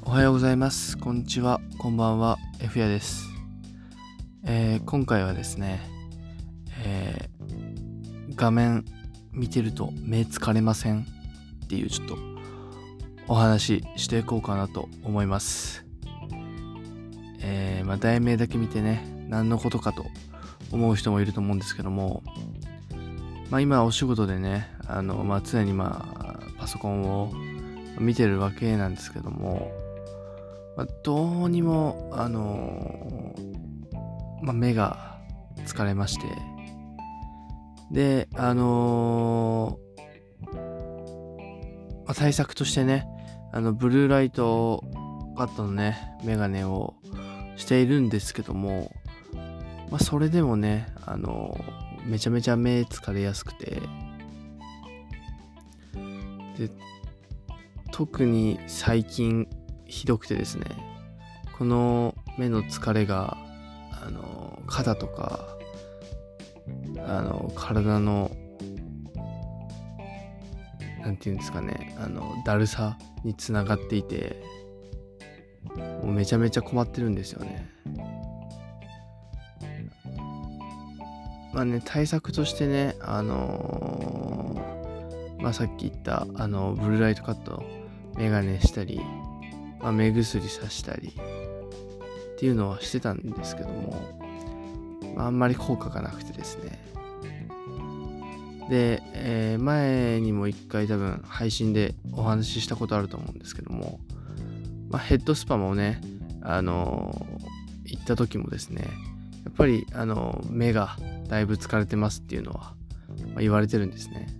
おはようございます。こんにちは。こんばんは。F やです。今回はですね、画面見てると目疲れませんっていうちょっとお話ししていこうかなと思います。題名だけ見てね、何のことかと思う人もいると思うんですけども、今お仕事でね、常にパソコンを見てるわけなんですけども、どうにも目が疲れまして、で対策としてね、ブルーライトカットのねメガネをしているんですけども、それでもねめちゃめちゃ目疲れやすくて、で特に最近ひどくてですね、この目の疲れが肩とか体のなんていうんですかね、だるさにつながっていて、もうめちゃめちゃ困ってるんですよね。対策としてね、さっき言ったブルーライトカットメガネしたり、目薬さしたりっていうのはしてたんですけども、あんまり効果がなくてですね。で、前にも一回多分配信でお話ししたことあると思うんですけども、ヘッドスパもね、行った時もですね、やっぱり目がだいぶ疲れてますっていうのは、言われてるんですね。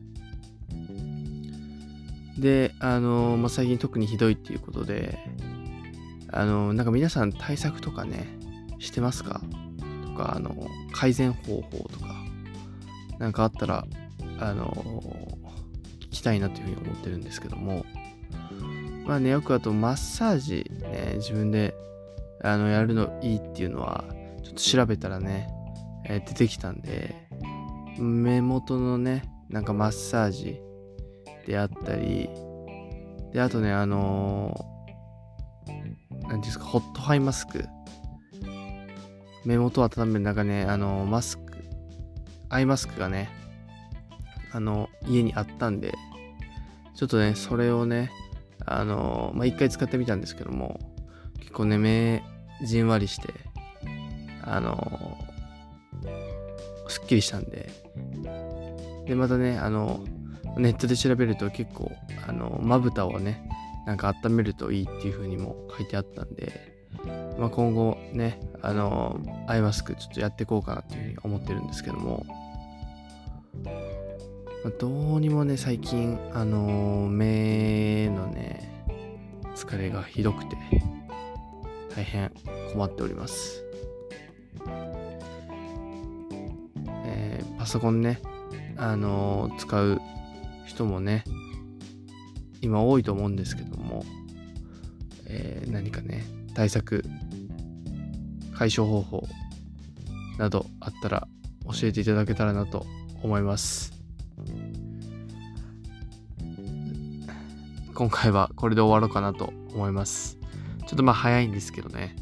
で、最近特にひどいっていうことで、なんか皆さん対策とかねしてますかとか、改善方法とかなんかあったら聞きたいなというふうに思ってるんですけども、よくあとマッサージね、自分でやるのいいっていうのはちょっと調べたらね、出てきたんで、目元のねなんかマッサージであったりで、あとねなんていうんですか、ホットハイマスク、目元を温める中ね、マスク、アイマスクがね家にあったんで、ちょっとねそれをね一回使ってみたんですけども、結構ね目じんわりしてすっきりしたんで、でまたねネットで調べると結構まぶたをねなんか温めるといいっていう風にも書いてあったんで、今後ねアイマスクちょっとやっていこうかなっていう風に思ってるんですけども、どうにもね最近目のね疲れがひどくて大変困っております。パソコンね使う人もね今多いと思うんですけども、何かね対策解消方法などあったら教えていただけたらなと思います。今回はこれで終わろうかなと思います。ちょっと早いんですけどね、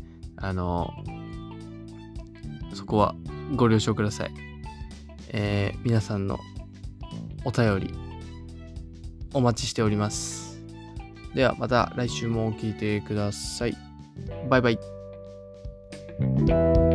そこはご了承ください。皆さんのお便りお待ちしております。ではまた来週も聞いてください。バイバイ。